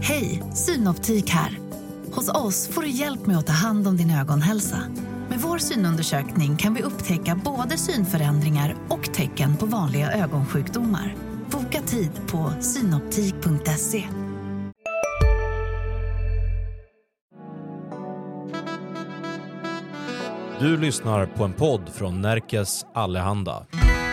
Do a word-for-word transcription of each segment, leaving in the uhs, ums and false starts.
Hej, Synoptik här. Hos oss får du hjälp med att ta hand om din ögonhälsa. Med vår synundersökning kan vi upptäcka både synförändringar och tecken på vanliga ögonsjukdomar. Boka tid på synoptik punkt se. Du lyssnar på en podd från Närkes Allehanda.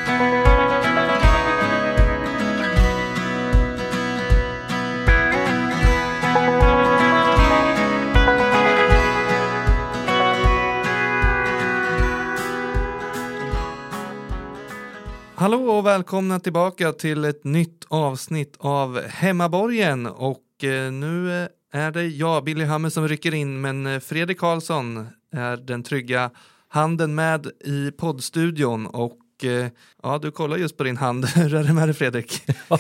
Hallå och välkomna tillbaka till ett nytt avsnitt av Hemmaborgen. Och eh, nu är det jag, Billy Hammer, som rycker in. Men Fredrik Karlsson är den trygga handen med i poddstudion. Och eh, ja, du kollar just på din hand. Hur är det med dig, Fredrik?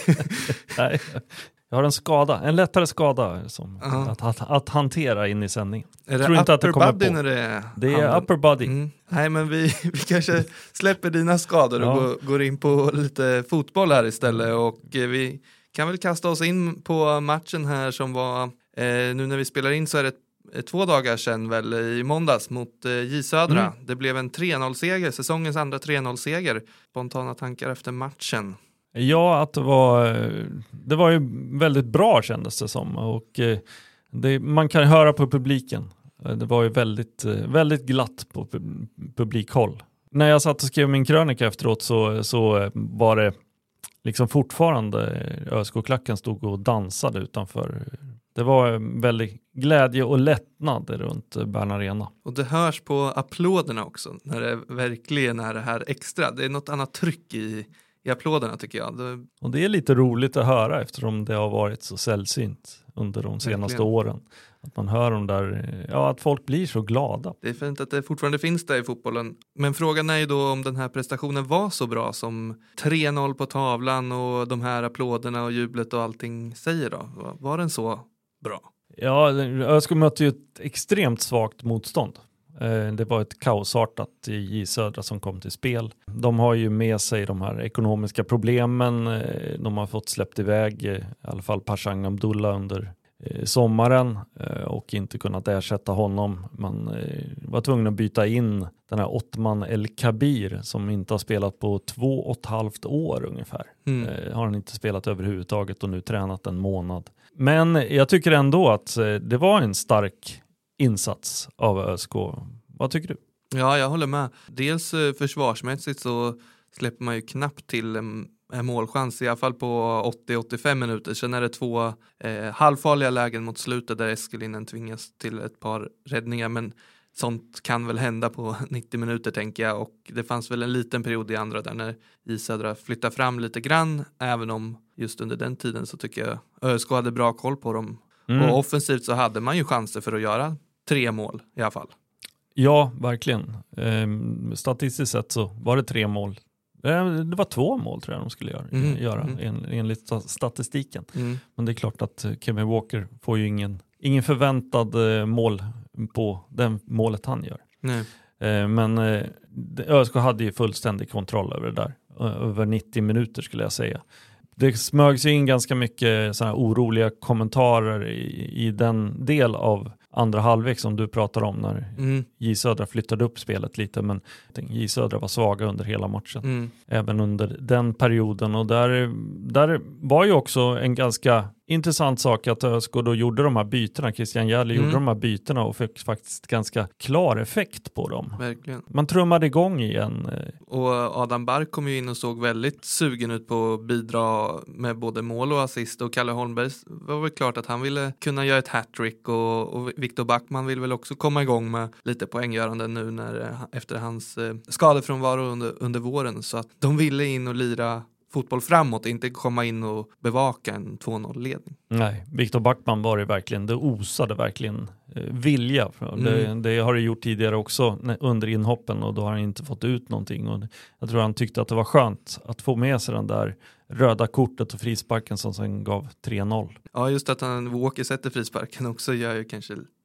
Nej, jag har en skada, en lättare skada som Uh-huh. att, att, att hantera in i sändningen. Är det Tror inte att det upper kommer body på. när det är Det är handen? upper body. Mm. Nej, men vi, vi kanske släpper dina skador och Ja. går, går in på lite fotboll här istället. Och eh, vi kan väl kasta oss in på matchen här som var, eh, nu när vi spelar in så är det eh, två dagar sedan väl i måndags mot eh, J Södra. Mm. Det blev en tre noll-seger, säsongens andra tre noll-seger. Spontana tankar efter matchen. Ja, att det var det var ju väldigt bra, kändes det som, och eh, det, man kan höra på publiken. Eh, Det var ju väldigt eh, väldigt glatt på pub- publikhåll. När jag satt och skrev min krönika efteråt så så eh, var det liksom fortfarande ÖSK-klacken stod och dansade utanför. Det var en väldigt glädje och lättnad runt Bern Arena. Och det hörs på applåderna också när det verkligen är det här extra. Det är något annat tryck i, i applåderna, tycker jag. Det, Och det är lite roligt att höra eftersom det har varit så sällsynt under de senaste Verkligen. åren. Att man hör om där, ja, att folk blir så glada. Det är fint att det fortfarande finns där i fotbollen. Men frågan är ju då om den här prestationen var så bra som tre noll på tavlan och de här applåderna och jublet och allting säger då. Var- Var den så bra? Ja, ÖSK mötte ju ett extremt svagt motstånd. Eh, Det var ett kaosartat i J Södra som kom till spel. De har ju med sig de här ekonomiska problemen. Eh, De har fått släppt iväg eh, i alla fall Pashang Abdullah under eh, sommaren eh, och inte kunnat ersätta honom. Man eh, var tvungen att byta in den här Othman El Kabir som inte har spelat på två och ett halvt år ungefär. Mm. Eh, har han inte spelat överhuvudtaget och nu tränat en månad. Men jag tycker ändå att eh, det var en stark insats av ÖSK. Vad tycker du? Ja, jag håller med. Dels eh, försvarsmässigt så släpper man ju knappt till en, en målchans, i alla fall på åttio till åttiofem minuter. Sen är det två eh, halvfarliga lägen mot slutet där Eskelinen tvingas till ett par räddningar. Men sånt kan väl hända på nittio minuter, tänker jag. Och det fanns väl en liten period i andra där när J Södra flyttar fram lite grann. Även om just under den tiden så tycker jag ÖSK hade bra koll på dem. Mm. Och offensivt så hade man ju chanser för att göra tre mål i alla fall. Ja, verkligen. Ehm, statistiskt sett så var det tre mål. Eh, Det var två mål tror jag de skulle göra, Mhm, göra mhm. en, enligt sta- statistiken. Mm. Men det är klart att eh, Kevin Walker får ju ingen, ingen förväntad eh, mål på den målet han gör. Nej. Eh, Men eh, det- ÖSK hade ju fullständig kontroll över det där. Ö- Över nittio minuter skulle jag säga. Det smög sig in ganska mycket såna här oroliga kommentarer i, i den del av andra halvlek som du pratar om när Mm. J Södra flyttade upp spelet lite, men J Södra var svaga under hela matchen. Mm. Även under den perioden, och där, där var ju också en ganska intressant sak att ÖSK då gjorde de här bytena. Christian Järle Mm. gjorde de här bytena och fick faktiskt ganska klar effekt på dem. Verkligen. Man trummade igång igen. Och Adam Bark kom ju in och såg väldigt sugen ut på att bidra med både mål och assist. Och Kalle Holmberg var väl klart att han ville kunna göra ett hattrick. Och, och Viktor Backman vill väl också komma igång med lite poänggörande nu när, efter hans eh, skadefrånvaro under, under våren. Så att de ville in och lira fotboll framåt, inte komma in och bevaka en två noll-ledning. Nej, Viktor Backman var det verkligen, det osade verkligen eh, vilja. Mm. Det, det har det gjort tidigare också när, under inhoppen, och då har han inte fått ut någonting. Och jag tror han tyckte att det var skönt att få med sig den där röda kortet och frisparken som sen gav tre noll. Ja, just att han Walker sätter frisparken också gör ju kanske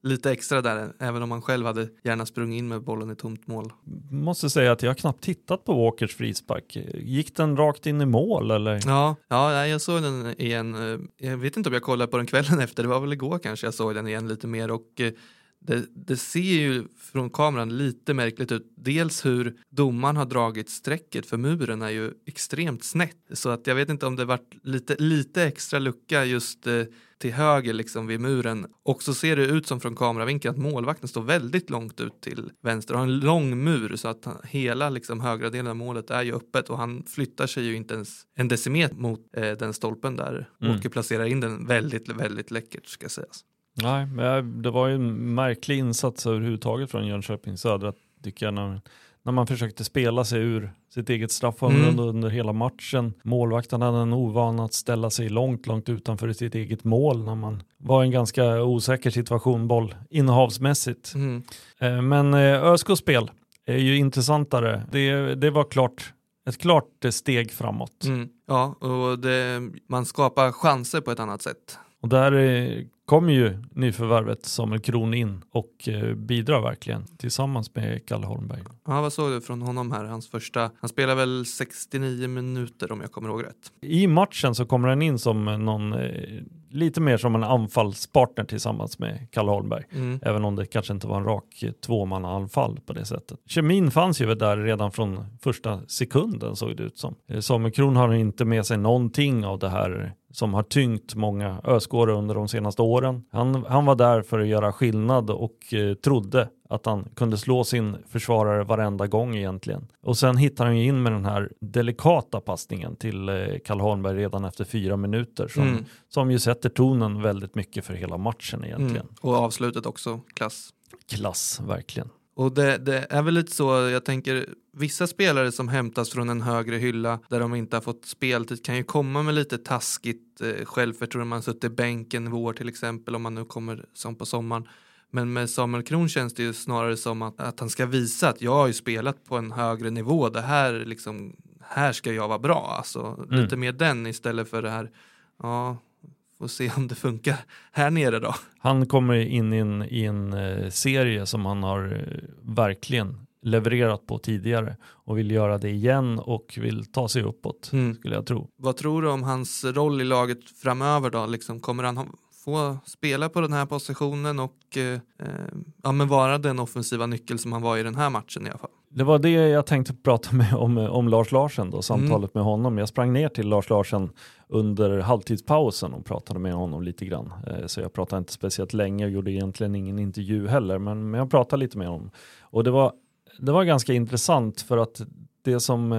lite extra där, även om han själv hade gärna sprungit in med bollen i tomt mål. Måste säga att jag har knappt tittat på Walkers frispark. Gick den rakt in i mål eller? Ja, ja, jag såg den igen. Jag vet inte om jag kollade på den kvällen efter, det var väl igår kanske jag såg den igen lite mer, och Det, det ser ju från kameran lite märkligt ut. Dels hur domaren har dragit strecket för muren är ju extremt snett. Så att jag vet inte om det varit lite, lite extra lucka just eh, till höger liksom vid muren. Och så ser det ut som från kameravinkeln att målvakten står väldigt långt ut till vänster och har en lång mur, så att han, hela liksom högra delen av målet är ju öppet och han flyttar sig ju inte ens en decimeter mot eh, den stolpen där. Mm. Och placerar in den väldigt, väldigt läckert, ska sägas. Nej, men det var ju en märklig insats överhuvudtaget från Jönköping Södra, tycker jag, när, när man försökte spela sig ur sitt eget straffområde mm. under hela matchen. Målvakten hade en ovan att ställa sig långt, långt utanför sitt eget mål när man var i en ganska osäker situation boll innehavsmässigt. Mm. Men ÖSKs spel är ju intressantare. Det, det var klart ett klart steg framåt. Mm. Ja, och det, man skapar chanser på ett annat sätt. Och där kommer ju nyförvärvet Samuel Kron in och bidrar verkligen tillsammans med Kalle Holmberg. Ja, vad såg du från honom här? Hans första, han spelar väl sextionio minuter om jag kommer ihåg rätt. I matchen så kommer han in som någon, lite mer som en anfallspartner tillsammans med Kalle Holmberg. Mm. Även om det kanske inte var en rak tvåmannaanfall på det sättet. Kemin fanns ju där redan från första sekunden, såg det ut som. Samuel Kron har inte med sig någonting av det här som har tyngt många öskåre under de senaste åren. Han, han var där för att göra skillnad och eh, trodde att han kunde slå sin försvarare varenda gång egentligen. Och sen hittar han ju in med den här delikata passningen till eh, Kalle Holmberg redan efter fyra minuter som, mm. som ju sätter tonen väldigt mycket för hela matchen egentligen. Mm. Och avslutet också, klass. Klass, verkligen. Och det, det är väl lite så, jag tänker, vissa spelare som hämtas från en högre hylla där de inte har fått speltid kan ju komma med lite taskigt eh, självförtroende. Man suttit i bänken vår till exempel, om man nu kommer som på sommaren. Men med Samuel Kron känns det ju snarare som att, att han ska visa att jag har ju spelat på en högre nivå. Det här, liksom, här ska jag vara bra. Alltså, mm. Lite mer den istället för det här, ja... och se om det funkar här nere då. Han kommer in i en, i en eh, serie som han har eh, verkligen levererat på tidigare och vill göra det igen och vill ta sig uppåt, mm. skulle jag tro. Vad tror du om hans roll i laget framöver då? Liksom, kommer han ha, få spela på den här positionen och eh, ja, men vara den offensiva nyckel som han var i den här matchen i alla fall? Det var det jag tänkte prata med om, om Lars Larsen då, samtalet mm. med honom. Jag sprang ner till Lars Larsen under halvtidspausen och pratade med honom lite grann. Så jag pratade inte speciellt länge och gjorde egentligen ingen intervju heller, men jag pratade lite med honom. Och det var, det var ganska intressant för att det som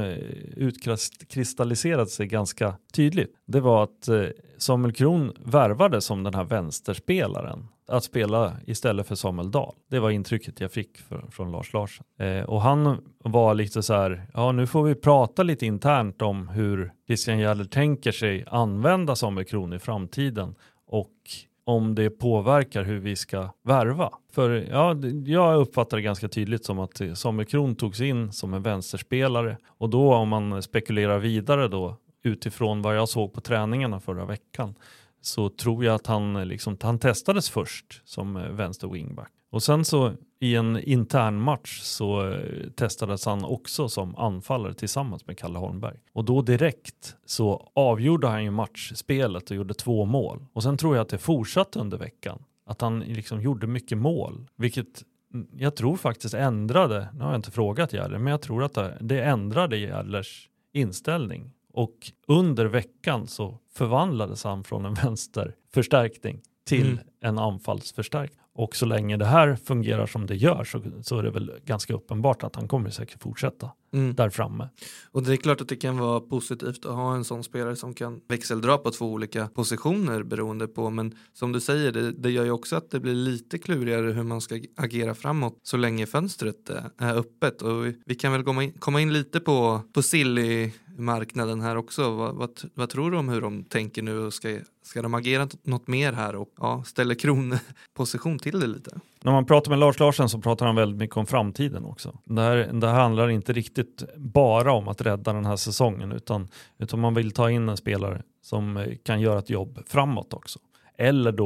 utkristalliserade sig ganska tydligt, det var att Samuel Kron värvade som den här vänsterspelaren att spela istället för Samuel Dahl. Det var intrycket jag fick för, från Lars Larsen. Eh, och han var lite så här, ja nu får vi prata lite internt om hur Christian Jäller tänker sig använda Samuel Kron i framtiden och om det påverkar hur vi ska värva. För ja, jag uppfattar det ganska tydligt som att Samuel Kron togs in som en vänsterspelare och då om man spekulerar vidare då utifrån vad jag såg på träningarna förra veckan så tror jag att han, liksom, han testades först som vänster wingback. Och sen så i en intern match så eh, testades han också som anfallare tillsammans med Kalle Holmberg. Och då direkt så avgjorde han ju matchspelet och gjorde två mål. Och sen tror jag att det fortsatte under veckan. Att han liksom gjorde mycket mål. Vilket jag tror faktiskt ändrade, nu har jag inte frågat Jäller, men jag tror att det, det ändrade Jällers inställning. Och under veckan så förvandlades han från en vänsterförstärkning till mm. en anfallsförstärkning. Och så länge det här fungerar som det gör så, så är det väl ganska uppenbart att han kommer säkert fortsätta mm. där framme. Och det är klart att det kan vara positivt att ha en sån spelare som kan växeldra på två olika positioner beroende på. Men som du säger, det, det gör ju också att det blir lite klurigare hur man ska agera framåt så länge fönstret är öppet. Och vi, vi kan väl komma in, komma in lite på, på Silly-marknaden här också. Vad, vad, vad tror du om hur de tänker nu och ska, ska de agera något mer här och ja, ställer kronposition till det lite? När man pratar med Lars Larsen så pratar han väldigt mycket om framtiden också. Det här, det här handlar inte riktigt bara om att rädda den här säsongen utan, utan man vill ta in en spelare som kan göra ett jobb framåt också. Eller då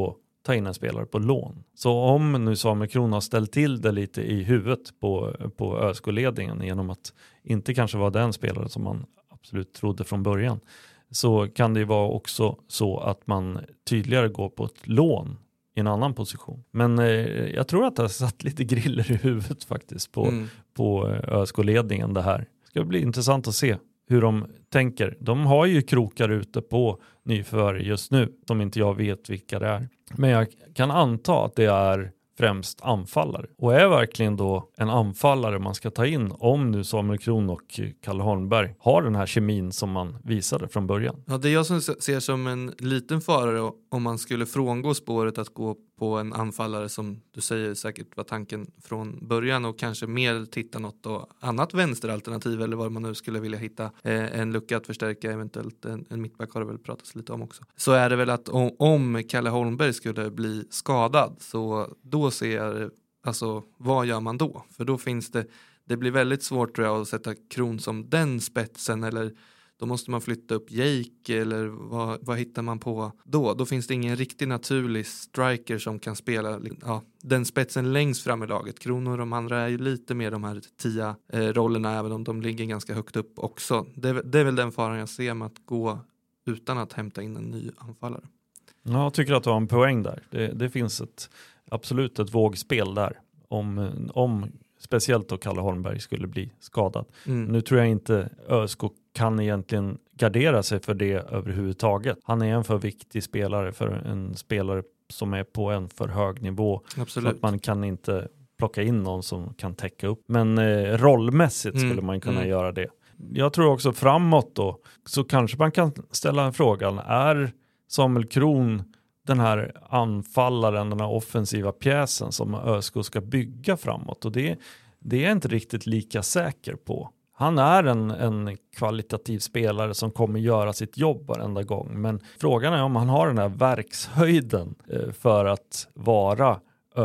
ta in en spelare på lån. Så om nu Samuel Kron har ställt till det lite i huvudet på, på ÖSK-ledningen genom att inte kanske vara den spelare som man absolut trodde från början, så kan det ju vara också så att man tydligare går på ett lån i en annan position. Men eh, jag tror att det har satt lite griller i huvudet faktiskt på, mm. på ÖSK-ledningen det här. Det ska bli intressant att se hur de tänker. De har ju krokar ute på nyförvärv just nu som inte jag vet vilka det är. Men jag kan anta att det är främst anfallare. Och är verkligen då en anfallare man ska ta in om nu Samuel Kron och Kalle Holmberg har den här kemin som man visade från början? Ja, det är jag som ser som en liten fara om man skulle frångå spåret att gå på en anfallare som du säger säkert var tanken från början och kanske mer titta något då, annat vänsteralternativ eller vad man nu skulle vilja hitta eh, en lucka att förstärka, eventuellt en, en mittback har det väl pratats lite om också. Så är det väl att om, om Kalle Holmberg skulle bli skadad, så då ser jag, alltså vad gör man då? För då finns det, det blir väldigt svårt tror jag att sätta Kron som den spetsen, eller då måste man flytta upp Jake, eller vad, vad hittar man på då? Då finns det ingen riktigt naturlig striker som kan spela ja, den spetsen längst fram i laget. Kron och de andra är ju lite mer de här tia eh, rollerna, även om de ligger ganska högt upp också. Det, det är väl den faran jag ser med att gå utan att hämta in en ny anfallare. Ja, jag tycker att du har en poäng där. Det, det finns ett, absolut ett vågspel där. Om, om speciellt då Kalle Holmberg skulle bli skadad. Mm. Nu tror jag inte ÖSK kan egentligen gardera sig för det överhuvudtaget. Han är en för viktig spelare för en spelare som är på en för hög nivå. Absolut. Så att man kan inte plocka in någon som kan täcka upp. Men eh, rollmässigt mm. skulle man kunna mm. göra det. Jag tror också framåt då, så kanske man kan ställa frågan, är Samuel Kron den här anfallaren, den här offensiva pjäsen som ÖSK ska bygga framåt? Och det, det är jag inte riktigt lika säker på. Han är en, en kvalitativ spelare som kommer göra sitt jobb varenda gång. Men frågan är om han har den här verkshöjden eh, för att vara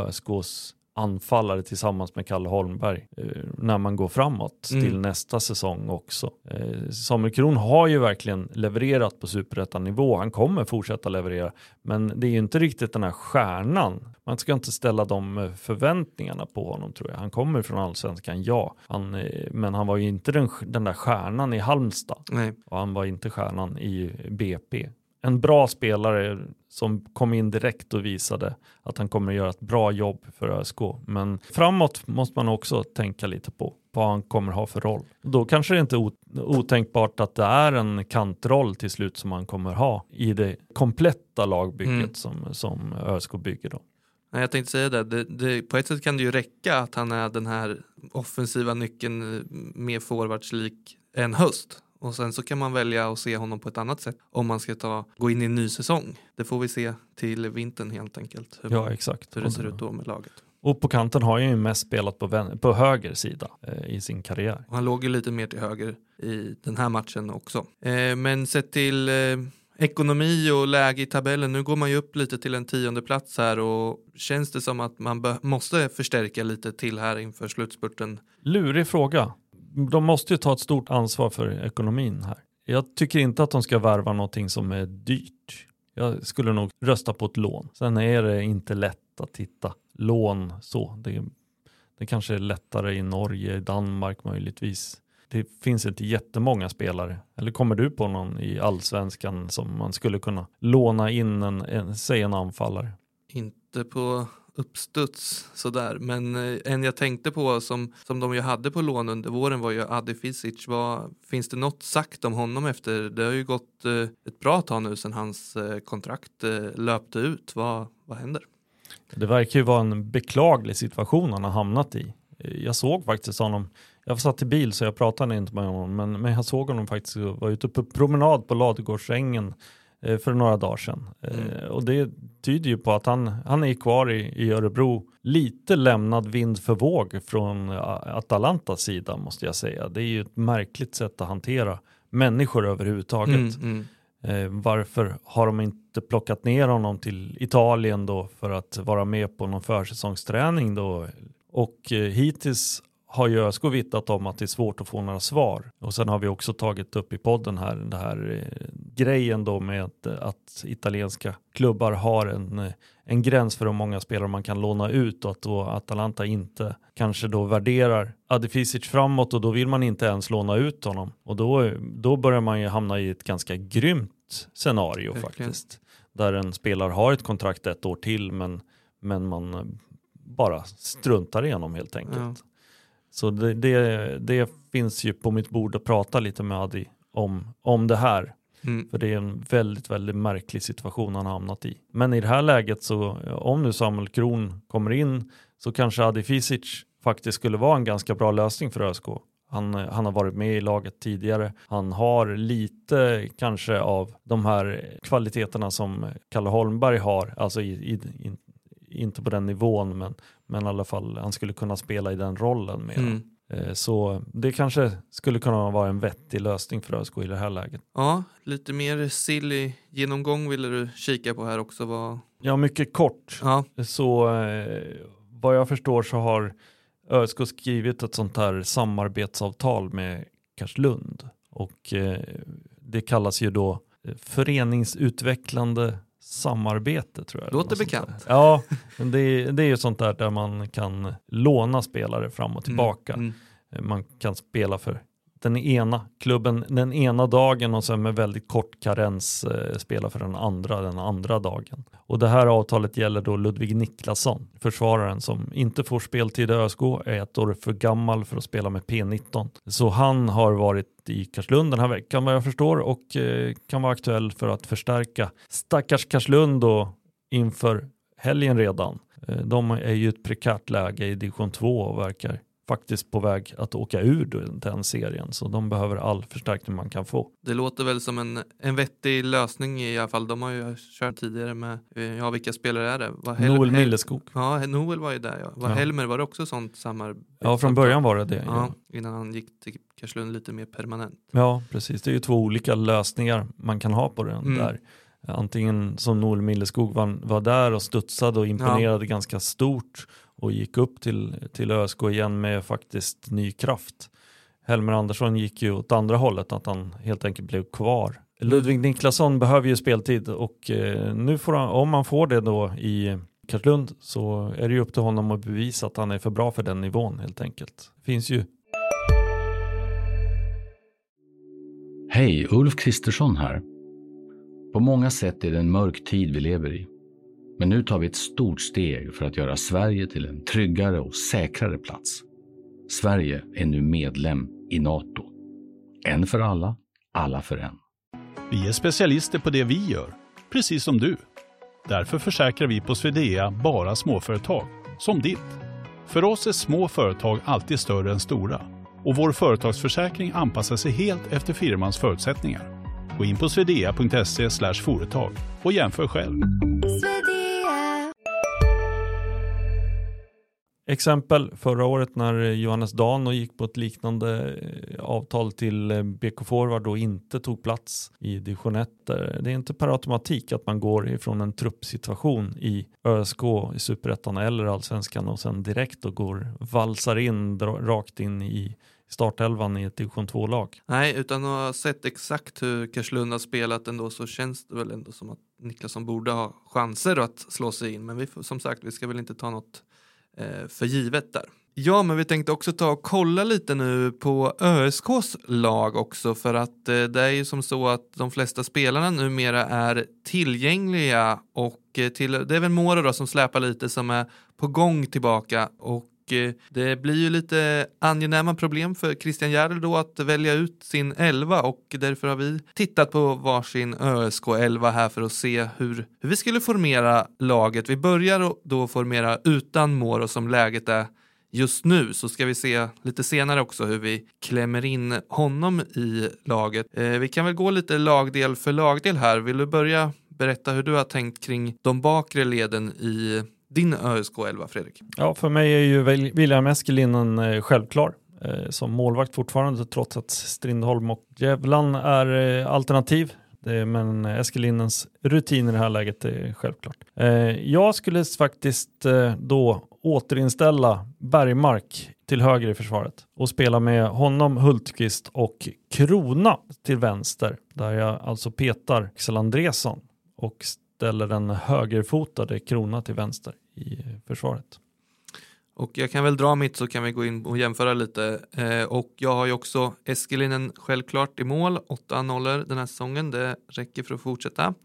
ÖSKs anfallare tillsammans med Kalle Holmberg eh, när man går framåt mm. till nästa säsong också. Eh, Samuel Kron har ju verkligen levererat på superettanivå. Han kommer fortsätta leverera. Men det är ju inte riktigt den här stjärnan. Man ska inte ställa de förväntningarna på honom, tror jag. Han kommer från Allsvenskan, ja. Han, eh, men han var ju inte den, den där stjärnan i Halmstad. Nej. Och han var inte stjärnan i B P. En bra spelare som kom in direkt och visade att han kommer att göra ett bra jobb för ÖSK. Men framåt måste man också tänka lite på vad han kommer ha för roll. Då kanske det inte är otänkbart att det är en kantroll till slut som han kommer ha i det kompletta lagbygget mm. som, som ÖSK bygger då. Jag tänkte säga det. Det, det. På ett sätt kan det ju räcka att han är den här offensiva nyckeln med forwardslik en höst. Och sen så kan man välja att se honom på ett annat sätt om man ska ta, gå in i en ny säsong. Det får vi se till vintern helt enkelt. Hur, ja, exakt. Hur det ser ut då med laget. Och på kanten har jag ju mest spelat på, vän- på höger sida eh, i sin karriär. Och han låg ju lite mer till höger i den här matchen också. Eh, men sett till eh, ekonomi och läge i tabellen. Nu går man ju upp lite till en tionde plats här. Och känns det som att man be- måste förstärka lite till här inför slutspurten? Lurig fråga. De måste ju ta ett stort ansvar för ekonomin här. Jag tycker inte att de ska värva någonting som är dyrt. Jag skulle nog rösta på ett lån. Sen är det inte lätt att hitta lån så. Det, det kanske är lättare i Norge, i Danmark möjligtvis. Det finns inte jättemånga spelare. Eller kommer du på någon i Allsvenskan som man skulle kunna låna in en, en, säg en anfallare? Inte på uppstuds sådär. Men eh, en jag tänkte på som, som de ju hade på lån under våren var ju Adi Fisic. Vad, finns det något sagt om honom efter? Det har ju gått eh, ett bra tag nu sedan hans eh, kontrakt eh, löpte ut. Vad, vad händer? Det verkar ju vara en beklaglig situation han har hamnat i. Jag såg faktiskt honom, jag satt i bil så jag pratade inte med honom, men, men jag såg honom faktiskt vara ute på promenad på Ladugårdsängen eh, för några dagar sedan. Mm. Eh, och det tyder ju på att han, han är kvar i, i Örebro, lite lämnad vind för våg från Atalantas sida måste jag säga. Det är ju ett märkligt sätt att hantera människor överhuvudtaget. Mm, mm. Eh, varför har de inte plockat ner honom till Italien då för att vara med på någon försäsongsträning då? Och eh, hittills har ju ÖSK vittnat om att det är svårt att få några svar. Och sen har vi också tagit upp i podden här det här eh, grejen då med att, att italienska klubbar har en, en gräns för hur många spelare man kan låna ut och att då Atalanta inte kanske då värderar Adefisic framåt och då vill man inte ens låna ut honom. Och då, då börjar man ju hamna i ett ganska grymt scenario. Verkligen. Faktiskt. Där en spelare har ett kontrakt ett år till men, men man bara struntar igenom helt enkelt. Ja. Så det, det, det finns ju på mitt bord att prata lite med Adi om, om det här. Mm. För det är en väldigt, väldigt märklig situation han har hamnat i. Men i det här läget så, om nu Samuel Kron kommer in så kanske Adefisic faktiskt skulle vara en ganska bra lösning för ÖSK. Han, han har varit med i laget tidigare. Han har lite kanske av de här kvaliteterna som Kalle Holmberg har. Alltså i, i, i, inte på den nivån men, men i alla fall han skulle kunna spela i den rollen med. Mm. Så det kanske skulle kunna vara en vettig lösning för ÖSK i det här läget. Ja, lite mer silly genomgång ville du kika på här också. Vad... Ja, mycket kort. Ja. Så eh, vad jag förstår så har ÖSK skrivit ett sånt här samarbetsavtal med Karlslund. Och eh, det kallas ju då föreningsutvecklande samarbete tror jag. Låter bekant. Ja, men det är, det är ju sånt där där man kan låna spelare fram och tillbaka. Mm, mm. Man kan spela för den ena klubben den ena dagen och sen med väldigt kort karens eh, spela för den andra den andra dagen. Och det här avtalet gäller då Ludvig Niklasson, försvararen som inte får speltid i ÖSK, är ett år för gammal för att spela med P nitton. Så han har varit i Karlslund den här veckan vad jag förstår och eh, kan vara aktuell för att förstärka stackars Karlslund då inför helgen redan. Eh, de är ju ett prekärt läge i division två och verkar faktiskt på väg att åka ur den serien. Så de behöver all förstärkning man kan få. Det låter väl som en, en vettig lösning i alla fall. De har ju kört tidigare med, ja vilka spelare är det? Var Hel- Noel Milleskog. Ja, Noel var ju där ja. Var ja. Helmer var det också sånt samarbete? Ja, från början var det det. Ja, ja. Innan han gick till Karlslund lite mer permanent. Ja, precis. Det är ju två olika lösningar man kan ha på den mm. där. Antingen som Noel Milleskog var, var där och studsade och imponerade ja. ganska stort och gick upp till, till ÖSK igen med faktiskt ny kraft. Helmer Andersson gick ju åt andra hållet, att han helt enkelt blev kvar. Ludvig Niklasson behöver ju speltid och eh, nu får han, om man får det då i Karlslund så är det ju upp till honom att bevisa att han är för bra för den nivån helt enkelt. Finns ju. Hej, Ulf Kristersson här. På många sätt är det en mörk tid vi lever i. Men nu tar vi ett stort steg för att göra Sverige till en tryggare och säkrare plats. Sverige är nu medlem i NATO. En för alla, alla för en. Vi är specialister på det vi gör, precis som du. Därför försäkrar vi på Swedea bara småföretag, som ditt. För oss är små företag alltid större än stora. Och vår företagsförsäkring anpassar sig helt efter firmans förutsättningar. Gå in på swedea punkt se slash företag och jämför själv. Exempel förra året när Johannes Dano gick på ett liknande avtal till B K Forward och inte tog plats i division ett. Det är inte per automatik att man går ifrån en truppsituation i ÖSK, i Superettan eller Allsvenskan och sen direkt och går valsar in rakt in i startelvan i ett division två-lag. Nej, utan att ha sett exakt hur Karlslund har spelat ändå så känns det väl ändå som att Niklasson borde ha chanser att slå sig in. Men vi, som sagt, vi ska väl inte ta något eh, för givet där. Ja, men vi tänkte också ta och kolla lite nu på ÖSKs lag också för att eh, det är ju som så att de flesta spelarna numera är tillgängliga och eh, till, det är väl Mora då som släpar lite som är på gång tillbaka och det blir ju lite angenäma problem för Christian Järl då att välja ut sin elva och därför har vi tittat på varsin ÖSK elva här för att se hur, hur vi skulle formera laget. Vi börjar då formera utan Moro som läget är just nu, så ska vi se lite senare också hur vi klämmer in honom i laget. Eh, vi kan väl gå lite lagdel för lagdel här. Vill du börja berätta hur du har tänkt kring de bakre leden i din ÖSK elva, Fredrik? Ja, för mig är ju William Eskelinen eh, självklar eh, som målvakt fortfarande trots att Strindholm och Jävlan är eh, alternativ. Det, men Eskelinens rutin i det här läget är självklart. Eh, jag skulle faktiskt eh, då återinställa Bergmark till höger i försvaret och spela med honom, Hultqvist och Krona till vänster, där jag alltså petar Axel Andrésson och ställer den högerfotade Krona till vänster i försvaret. Och jag kan väl dra mitt så kan vi gå in och jämföra lite. Eh, och jag har ju också Eskelinen självklart i mål. åtta noll den här säsongen. Det räcker för att fortsätta.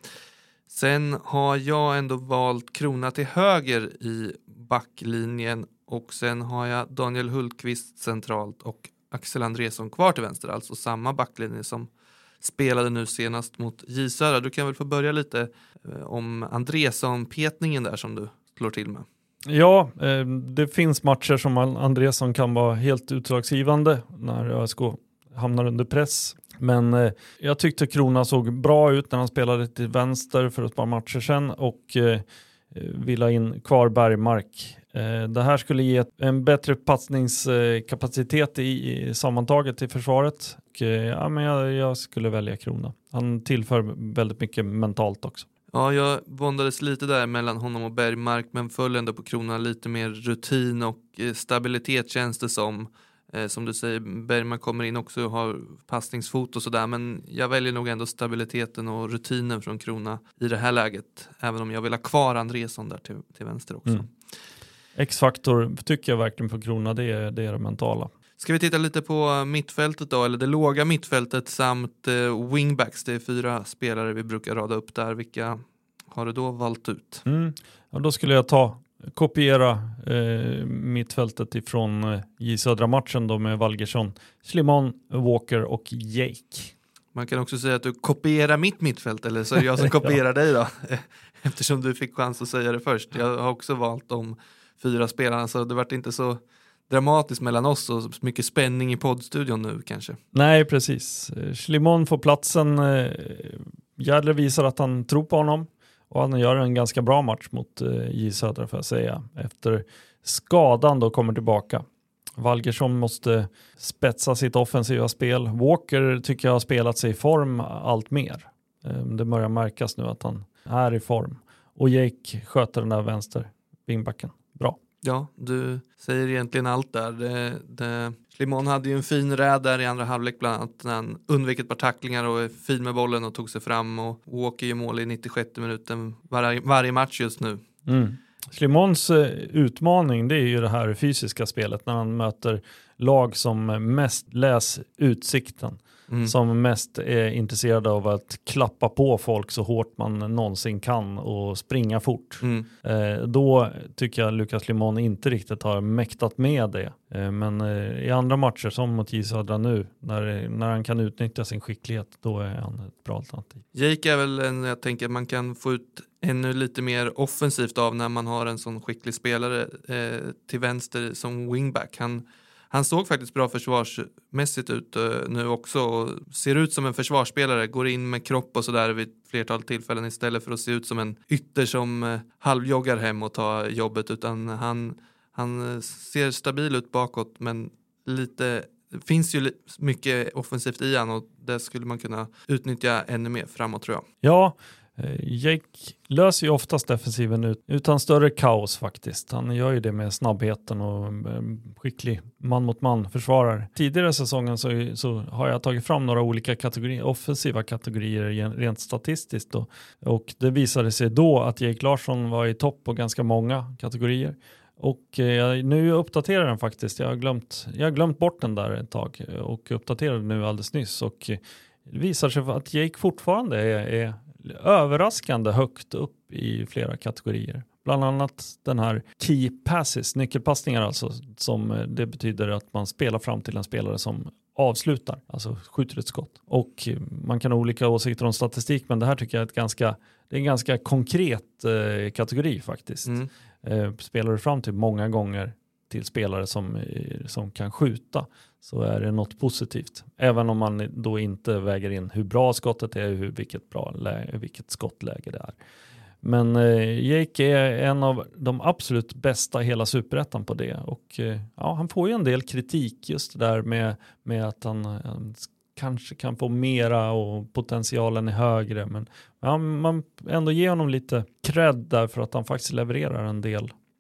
Sen har jag ändå valt Krona till höger i backlinjen. Och sen har jag Daniel Hultqvist centralt och Axel Andrésson kvar till vänster. Alltså samma backlinje som spelade nu senast mot J Södra. Du kan väl få börja lite eh, om Andrésson-petningen där som du slår till med. Ja, eh, det finns matcher som Andrésson kan vara helt utslagsgivande när ÖSK hamnar under press. Men eh, jag tyckte Krona såg bra ut när han spelade till vänster för ett par matcher sedan och eh, vill ha in kvar Bergmark. Eh, det här skulle ge ett, en bättre passningskapacitet i, i sammantaget i försvaret. Och, eh, ja, men jag, jag skulle välja Krona. Han tillför väldigt mycket mentalt också. Ja, jag våndades lite där mellan honom och Bergmark, men föll ändå på Krona lite mer rutin och stabilitet känns det som. Eh, som du säger, Bergmark kommer in också och har passningsfot och sådär, men jag väljer nog ändå stabiliteten och rutinen från Krona i det här läget, även om jag vill ha kvar Andrésson där till, till vänster också. Mm. X-faktor tycker jag verkligen på Krona, det är det, är det mentala. Ska vi titta lite på mittfältet då, eller det låga mittfältet samt eh, wingbacks. Det är fyra spelare vi brukar rada upp där. Vilka har du då valt ut? Mm. Ja, då skulle jag ta, kopiera eh, mittfältet ifrån eh, J Södra-matchen då med Valgersson, Schlimon, Walker och Jake. Man kan också säga att du kopierar mitt mittfält, eller så är det jag som kopierar ja. dig då. Eftersom du fick chans att säga det först. Jag har också valt de fyra spelarna, så det vart inte så dramatiskt mellan oss och mycket spänning i poddstudion nu kanske. Nej, precis. Schlimon får platsen. Jädler visar att han tror på honom och han gör en ganska bra match mot J Södra för att säga. Efter skadan då kommer tillbaka. Valgersson måste spetsa sitt offensiva spel. Walker tycker jag har spelat sig i form allt mer. Det börjar märkas nu att han är i form. Och Jake sköter den där vänster wingbacken. Bra. Ja, du säger egentligen allt där. Det, det, Schlimon hade ju en fin räd där i andra halvlek bland annat när han undvek ett par tacklingar och är fin med bollen och tog sig fram och åker ju mål i nittiosjätte minuten var, varje match just nu. Mm. Schlimons eh, utmaning det är ju det här fysiska spelet när han möter lag som mest läs utsikten. Mm. Som mest är intresserade av att klappa på folk så hårt man någonsin kan och springa fort. Mm. Eh, då tycker jag Lukas Schlimon inte riktigt har mäktat med det. Eh, men eh, i andra matcher som mot J Södra nu, när, när han kan utnyttja sin skicklighet, då är han ett bra alternativ. Jake är väl en, jag tänker att man kan få ut ännu lite mer offensivt av när man har en sån skicklig spelare eh, till vänster som wingback. Han Han såg faktiskt bra försvarsmässigt ut uh, nu också och ser ut som en försvarsspelare, går in med kropp och sådär vid flertal tillfällen istället för att se ut som en ytter som uh, halvjoggar hem och tar jobbet, utan han, han uh, ser stabil ut bakåt, men lite, det finns ju li- mycket offensivt i han och det skulle man kunna utnyttja ännu mer framåt tror jag. Ja, Jake löser ju oftast defensiven ut, utan större kaos faktiskt. Han gör ju det med snabbheten och skicklig man mot man försvarare. Tidigare säsongen så, så har jag tagit fram några olika kategorier, offensiva kategorier rent statistiskt då. Och det visade sig då att Jake Larsson var i topp på ganska många kategorier. Och eh, nu uppdaterar den faktiskt. Jag har glömt, jag har glömt bort den där ett tag och uppdaterade nu alldeles nyss. Och det visar sig att Jake fortfarande är, är överraskande högt upp i flera kategorier. Bland annat den här key passes, nyckelpassningar alltså, som det betyder att man spelar fram till en spelare som avslutar, alltså skjuter ett skott. Och man kan ha olika åsikter om statistik, men det här tycker jag är ett ganska, det är en ganska konkret eh, kategori faktiskt. Mm. Eh, spelar du fram till många gånger till spelare som, som kan skjuta, så är det något positivt. Även om man då inte väger in hur bra skottet är, hur, vilket, bra läge, vilket skottläge det är. Men eh, Jake är en av de absolut bästa i hela superettan på det. Och eh, ja, han får ju en del kritik just det där med, med att han, han kanske kan få mera och potentialen är högre. Men ja, man ändå ger honom lite cred där för att han faktiskt levererar en del.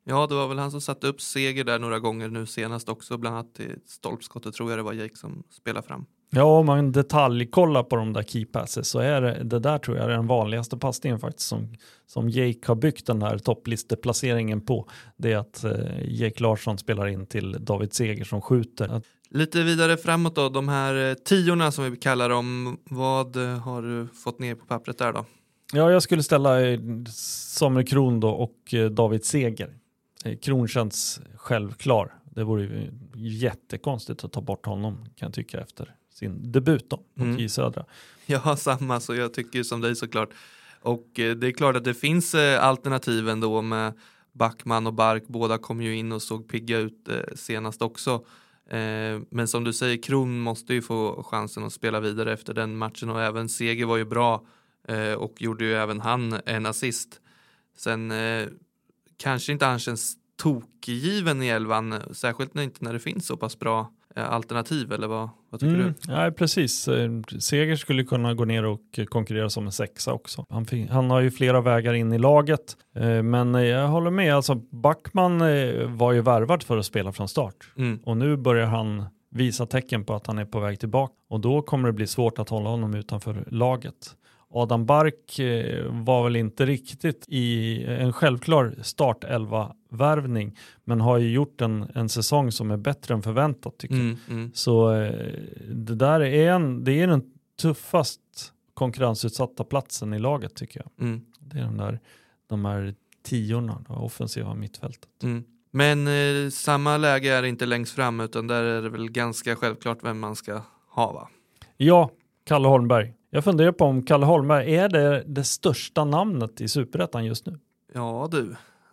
Ja, det var väl han som satte upp Seger där några gånger nu senast också. Bland annat i stolpskottet tror jag det var Jake som spelade fram. Ja, om man detaljkollar på de där key passes så är det, det där tror jag är den vanligaste passningen faktiskt som, som Jake har byggt den här topplisteplaceringen på. Det är att eh, Jake Larsson spelar in till David Seger som skjuter. Lite vidare framåt då, de här tiorna som vi kallar dem, vad har du fått ner på pappret där då? Ja, jag skulle ställa eh, Samuel Kron då och eh, David Seger. Eh, Kron känns självklar. Det vore ju jättekonstigt att ta bort honom kan jag tycka efter sin debut då mot Mm. J Södra. Jag har samma, så jag tycker som dig såklart. Och eh, det är klart att det finns eh, alternativ ändå med Backman och Bark. Båda kom ju in och såg pigga ut eh, senast också. Eh, men som du säger, Kron måste ju få chansen att spela vidare efter den matchen. Och även Seger var ju bra eh, och gjorde ju även han en assist. Sen eh, kanske inte han känns tokgiven i elvan. Särskilt när, inte när det finns så pass bra alternativ, eller vad, vad tycker Mm, du? ja, precis. Seger skulle kunna gå ner och konkurrera som en sexa också. Han, han har ju flera vägar in i laget. Men jag håller med. Alltså Backman var ju värvad för att spela från start. Mm. Och nu börjar han visa tecken på att han är på väg tillbaka. Och då kommer det bli svårt att hålla honom utanför laget. Adam Bark var väl inte riktigt i en självklar startelva-värvning, men har ju gjort en, en säsong som är bättre än förväntat tycker Mm, jag. mm. Så det där är, en, det är den tuffast konkurrensutsatta platsen i laget tycker jag. Mm. Det är de där de här tiorna, det offensiva mittfältet. Mm. Men eh, samma läge är inte längst fram, utan där är det väl ganska självklart vem man ska ha, va? Ja, Kalle Holmberg. Jag funderar på om Kalle Holmberg är det, det största namnet i Superettan just nu. Ja du,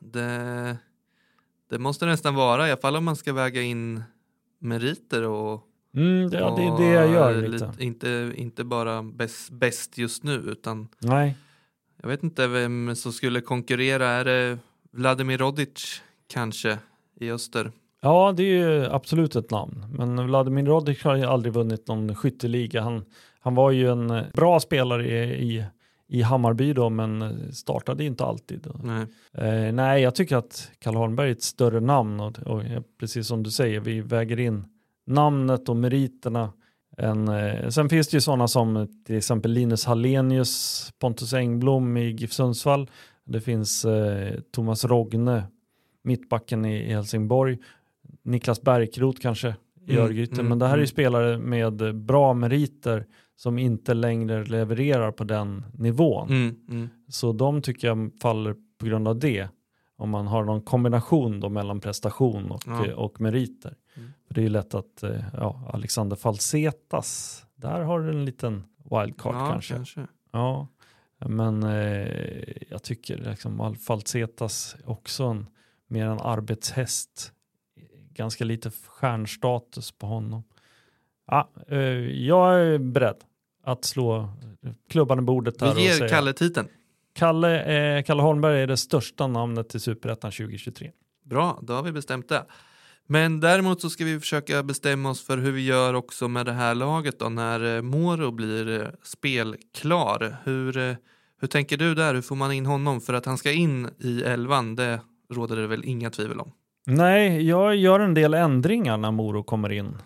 det, det måste nästan vara, i alla fall om man ska väga in meriter och, Mm, det, ja, det är och det jag gör lite. lite, inte, inte bara bäst, bäst just nu, utan Nej. jag vet inte vem som skulle konkurrera. Är det Vladimir Rodic kanske i öster? Ja, det är ju absolut ett namn. Men Vladimir Rodic har ju aldrig vunnit någon skytteliga. Han, han var ju en bra spelare i, i, i Hammarby då, men startade inte alltid. Nej. Eh, nej, jag tycker att Kalle Holmberg är ett större namn. Och, och precis som du säger, vi väger in namnet och meriterna. En, eh, sen finns det ju sådana som till exempel Linus Hallenius, Pontus Engblom i GIF Sundsvall. Det finns eh, Thomas Rogne, mittbacken i, i Helsingborg. Niklas Bergkrot kanske i Mm, Örgryte. mm, Men det här är ju mm. spelare med bra meriter som inte längre levererar på den nivån. Mm, mm. Så de tycker jag faller på grund av det. Om man har någon kombination då mellan prestation och, Ja. eh, och meriter. Mm. För det är ju lätt att eh, ja, Alexander Falsetas, där har du en liten wildcard Ja, kanske. kanske. Ja, men eh, jag tycker liksom Falsetas också en, mer en arbetshäst. Ganska lite stjärnstatus på honom. Ja, eh, jag är beredd att slå klubban i bordet här Vi och ger säga Kalle titeln. Kalle, eh, Kalle Holmberg är det största namnet i Superettan tjugo tjugotre. Bra, då har vi bestämt det. Men däremot så ska vi försöka bestämma oss för hur vi gör också med det här laget då, när eh, Moro blir eh, spelklar. Hur, eh, hur tänker du där? Hur får man in honom? För att han ska in i elvan, det råder det väl inga tvivel om. Nej, jag gör en del ändringar när Moro kommer in.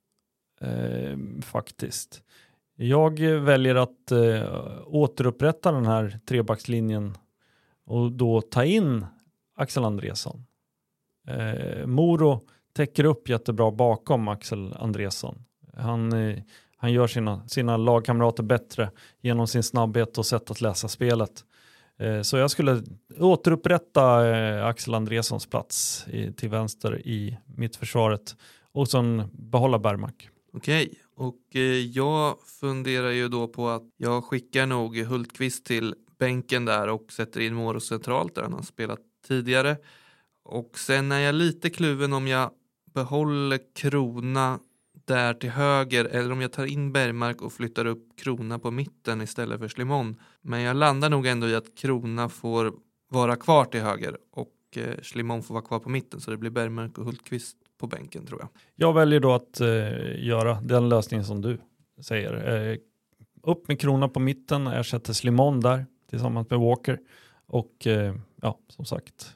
Eh, faktiskt. Jag väljer att eh, återupprätta den här trebackslinjen och då ta in Axel Andresson. Eh, Moro täcker upp jättebra bakom Axel Andresson. Han, eh, han gör sina, sina lagkamrater bättre genom sin snabbhet och sätt att läsa spelet. Eh, så jag skulle återupprätta eh, Axel Andressons plats i, till vänster i mittförsvaret och sen behålla Bergmark. Okej, och eh, jag funderar ju då på att jag skickar nog Hultqvist till bänken där och sätter in Moro centralt där han har spelat tidigare. Och sen är jag lite kluven om jag behåller Krona där till höger eller om jag tar in Bergmark och flyttar upp Krona på mitten istället för Schlimon. Men jag landar nog ändå i att Krona får vara kvar till höger och eh, Schlimon får vara kvar på mitten, så det blir Bergmark och Hultqvist på bänken tror jag. Jag väljer då att eh, göra den lösningen som du säger. Eh, upp med Krona på mitten, ersätter Schlimon där tillsammans med Walker. Och eh, ja, som sagt,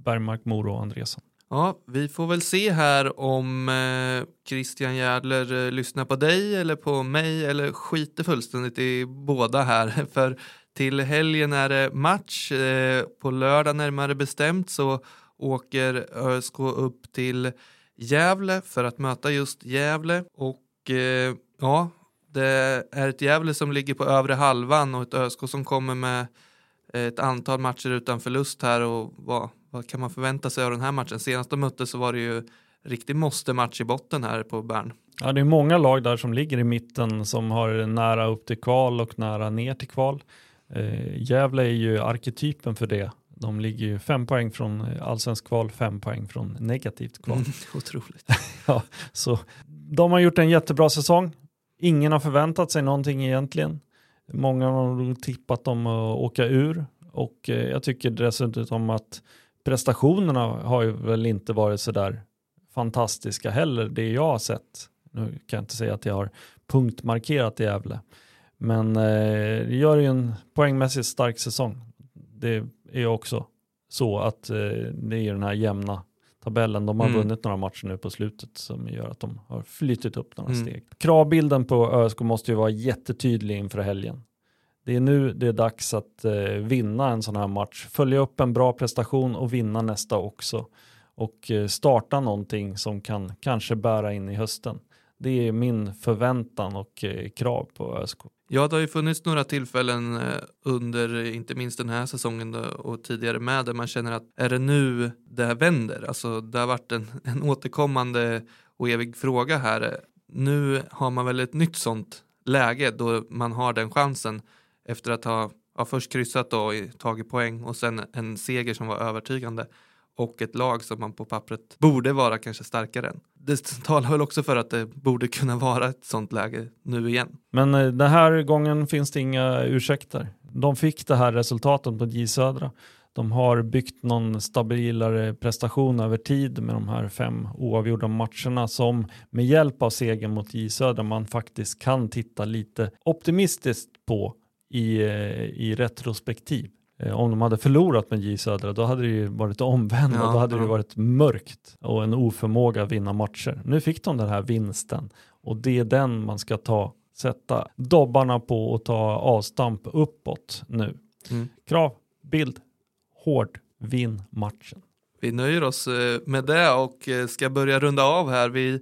Bergmark, Moro och Andresson. Ja, vi får väl se här om eh, Christian Järdler eh, lyssnar på dig eller på mig eller skiter fullständigt i båda här. För till helgen är det match. Eh, på lördag närmare bestämt så åker ÖSK upp till Gävle för att möta just Gävle. Och eh, ja, det är ett Gävle som ligger på övre halvan och ett ÖSK som kommer med ett antal matcher utan förlust här. Och vad, vad kan man förvänta sig av den här matchen? Senast de mötte så var det ju riktigt måste-match i botten här på Bern. Ja, det är många lag där som ligger i mitten som har nära upp till kval och nära ner till kval. Eh, Gävle är ju arketypen för det. De ligger ju fem poäng från allsvensk kval, fem poäng från negativt kval. Mm, otroligt. Ja, så de har gjort en jättebra säsong. Ingen har förväntat sig någonting egentligen. Många har tippat dem att åka ur. Och eh, jag tycker dessutom att prestationerna har ju väl inte varit så där fantastiska heller. Det jag har sett. Nu kan jag inte säga att jag har punktmarkerat i Gävle. Men eh, det gör ju en poängmässigt stark säsong. Det är också så att eh, det är den här jämna tabellen. De har mm. vunnit några matcher nu på slutet som gör att de har flyttit upp några mm. steg. Kravbilden på ÖSK måste ju vara jättetydlig inför helgen. Det är nu det är dags att eh, vinna en sån här match. Följa upp en bra prestation och vinna nästa också. Och eh, starta någonting som kan kanske bära in i hösten. Det är min förväntan och eh, krav på ÖSK. Ja, det har ju funnits några tillfällen under inte minst den här säsongen då, och tidigare med där man känner att är det nu det här vänder? Alltså det har varit en, en återkommande och evig fråga här. Nu har man väl ett nytt sånt läge då man har den chansen efter att ha ja, först kryssat och tagit poäng och sen en seger som var övertygande. Och ett lag som man på pappret borde vara kanske starkare än. Det talar väl också för att det borde kunna vara ett sånt läge nu igen. Men eh, den här gången finns det inga ursäkter. De fick det här resultatet på J Södra. De har byggt någon stabilare prestation över tid med de här fem oavgjorda matcherna som med hjälp av segern mot J Södra man faktiskt kan titta lite optimistiskt på i, i retrospektiv. Om de hade förlorat med J Södra då hade det ju varit omvänt ja, och då hade ja. det varit mörkt och en oförmåga att vinna matcher. Nu fick de den här vinsten och det är den man ska ta, sätta dobbarna på och ta avstamp uppåt nu. Mm. Krav, bild, hård, vinn matchen. Vi nöjer oss med det och ska börja runda av här. Vi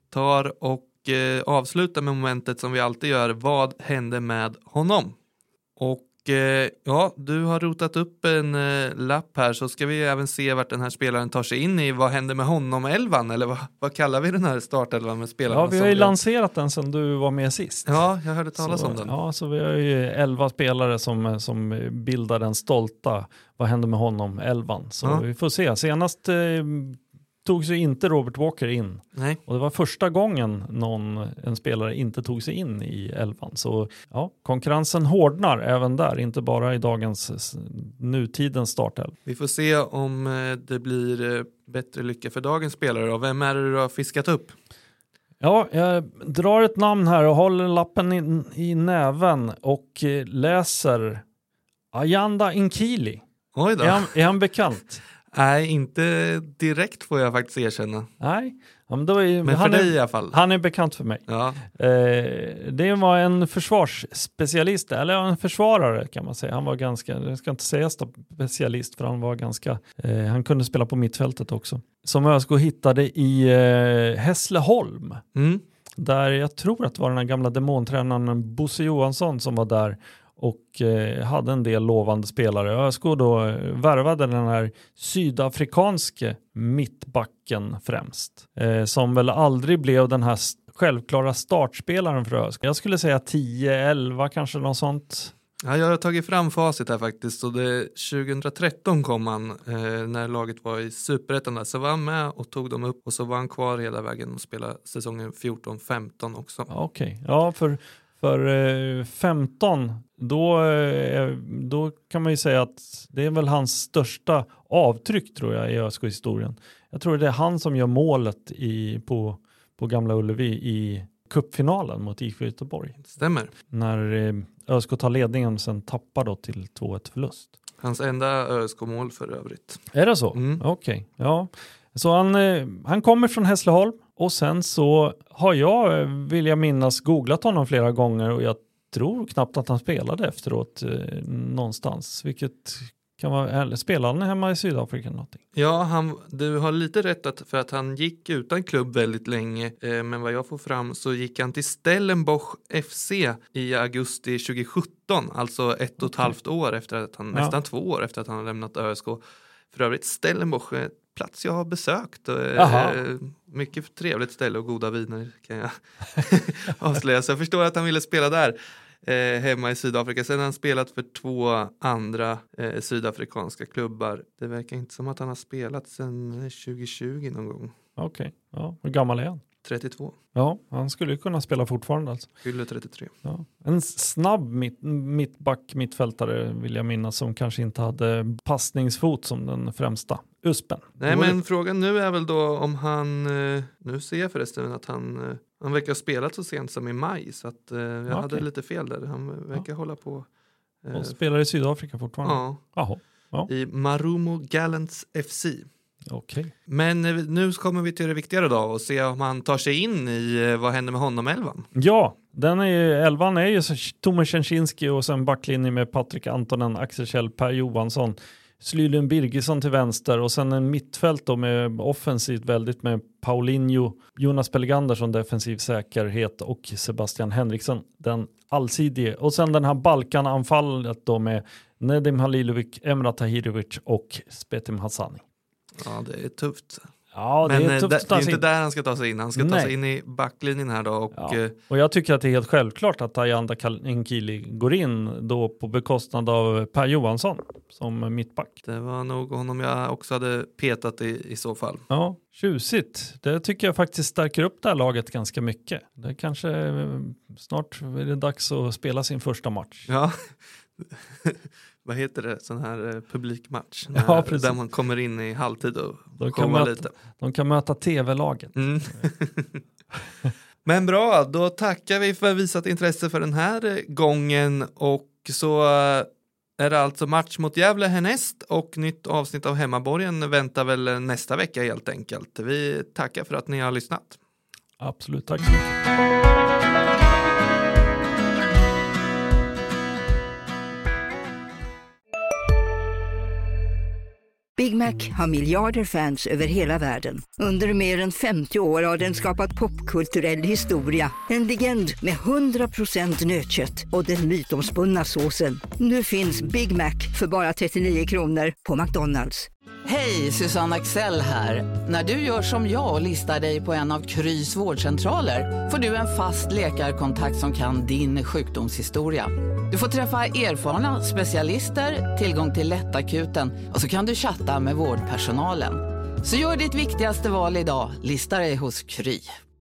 tar och avslutar med momentet som vi alltid gör. Vad hände med honom? Och ja, du har rotat upp en eh, lapp här så ska vi även se vart den här spelaren tar sig in i. Vad händer med honom elvan? Eller vad, vad kallar vi den här startelvan med spelarna? Ja, vi har ju lanserat den sen du var med sist. Ja, jag hörde talas så, om den. Ja, så vi har ju elva spelare som, som bildar den stolta. Vad händer med honom elvan? Så ja. Vi får se. Senast eh, tog sig inte Robert Walker in. Nej. Och det var första gången någon, en spelare inte tog sig in i elvan. Så ja, konkurrensen hårdnar även där. Inte bara i dagens nutidens startelv. Vi får se om det blir bättre lycka för dagens spelare. Och vem är det du har fiskat upp? Ja, jag drar ett namn här och håller lappen i, i näven och läser Ayanda Nkili. Oj då. Är han, är han bekant? Nej, inte direkt får jag faktiskt erkänna. Nej, ja, men, då är, men för han dig är, i alla fall. Han är bekant för mig. Ja. Eh, det var en försvarsspecialist, eller en försvarare kan man säga. Han var ganska, jag ska inte säga specialist för han var ganska, eh, han kunde spela på mittfältet också. Som ÖSK hittade i eh, Hässleholm. Mm. Där jag tror att det var den här gamla demontränaren Bosse Johansson som var där. Och eh, hade en del lovande spelare. ÖSK då värvade den här sydafrikanske mittbacken främst. Eh, som väl aldrig blev den här självklara startspelaren för ÖSK. Jag skulle säga tio elva kanske något sånt. Ja, jag har tagit fram facit här faktiskt. Och det, tjugohundratretton kom han eh, när laget var i Superettan där. Så var han med och tog dem upp. Och så var han kvar hela vägen och spelade säsongen fjorton femton också. Okej, okay. Ja för... För eh, femton, då, eh, då kan man ju säga att det är väl hans största avtryck tror jag i ÖSK-historien. Jag tror det är han som gör målet i, på, på Gamla Ullevi i cupfinalen mot I F K Göteborg. Stämmer. När eh, ÖSK tar ledningen och sen tappar då till två ett förlust. Hans enda ÖSK-mål för övrigt. Är det så? Mm. Okej, okay. Ja. Så han, han kommer från Hässleholm och sen så har jag, vill jag minnas, googlat honom flera gånger och jag tror knappt att han spelade efteråt eh, någonstans. Vilket kan vara, eller spelade han hemma i Sydafrika eller någonting? Ja, han, du har lite rätt att, för att han gick utan klubb väldigt länge. Eh, men vad jag får fram så gick han till Stellenbosch F C i augusti tjugosjutton. Alltså ett och ett halvt år efter att han, Ja. nästan två år efter att han har lämnat ÖSK. För övrigt Stellenbosch är ett plats jag har besökt. Aha. Eh, mycket trevligt ställe och goda viner kan jag avslöja. Så jag förstår att han ville spela där. Eh, hemma i Sydafrika. Sen har han spelat för två andra eh, sydafrikanska klubbar. Det verkar inte som att han har spelat sedan tjugohundratjugo någon gång. Okej, okay. Ja. Hur gammal är han? trettiotvå. Ja, han skulle ju kunna spela fortfarande alltså. Fyller trettiotre. Ja. En snabb mitt, mittback, mittfältare vill jag minnas som kanske inte hade passningsfot som den främsta. Uspen. Nej, men det... frågan nu är väl då om han, eh, nu ser jag förresten att han, eh, han verkar ha spelat så sent som i maj. Så att eh, jag okay. hade lite fel där. Han verkar ja. hålla på. Eh, Och spelar i Sydafrika fortfarande? Ja. Jaha. Ja. I Marumo Gallants F C. Okay. Men nu kommer vi till det viktigare då och se om han tar sig in i vad händer med honom elvan. Ja, den är ju, elvan är ju Tomas Szczęszinski och sen backlinje med Patrik Antonen, Axel Kjell, Per Johansson, Slylen Birgisson till vänster och sen en mittfält då med offensivt väldigt med Paulinho, Jonas Pellegander som defensiv säkerhet och Sebastian Henriksson, den allsidige. Och sen den här Balkananfallet då med Nedim Halilovic, Emrah Tahirovic och Spetim Hassani. Ja, det är tufft. Ja, det Men är, tufft det, att ta det är sig inte där han ska ta sig in. Han ska Nej. ta sig in i backlinjen här då. Och, ja. och jag tycker att det är helt självklart att Ayanda Nkili går in då på bekostnad av Per Johansson som mittback. Det var nog honom jag också hade petat i, i så fall. Ja, tjusigt. Det tycker jag faktiskt stärker upp det här laget ganska mycket. Det kanske snart är det dags att spela sin första match. Ja, vad heter det? Sån här eh, publikmatch. Ja, när, där man kommer in i halvtid och de kan, möta, lite. de kan möta tv-laget. Mm. Men bra, då tackar vi för visat intresse för den här gången. Och så är det alltså match mot Gävle härnäst och nytt avsnitt av Hemmaborgen väntar väl nästa vecka helt enkelt. Vi tackar för att ni har lyssnat. Absolut, tack så mycket. Big Mac har miljarder fans över hela världen. Under mer än femtio år har den skapat popkulturell historia. En legend med hundra procent nötkött och den mytomspunna såsen. Nu finns Big Mac för bara trettionio kronor på McDonalds. Hej, Susanne Axel här. När du gör som jag och listar dig på en av Krys vårdcentraler får du en fast läkarkontakt som kan din sjukdomshistoria. Du får träffa erfarna specialister, tillgång till lättakuten och så kan du chatta med vårdpersonalen. Så gör ditt viktigaste val idag, lista dig hos Kry.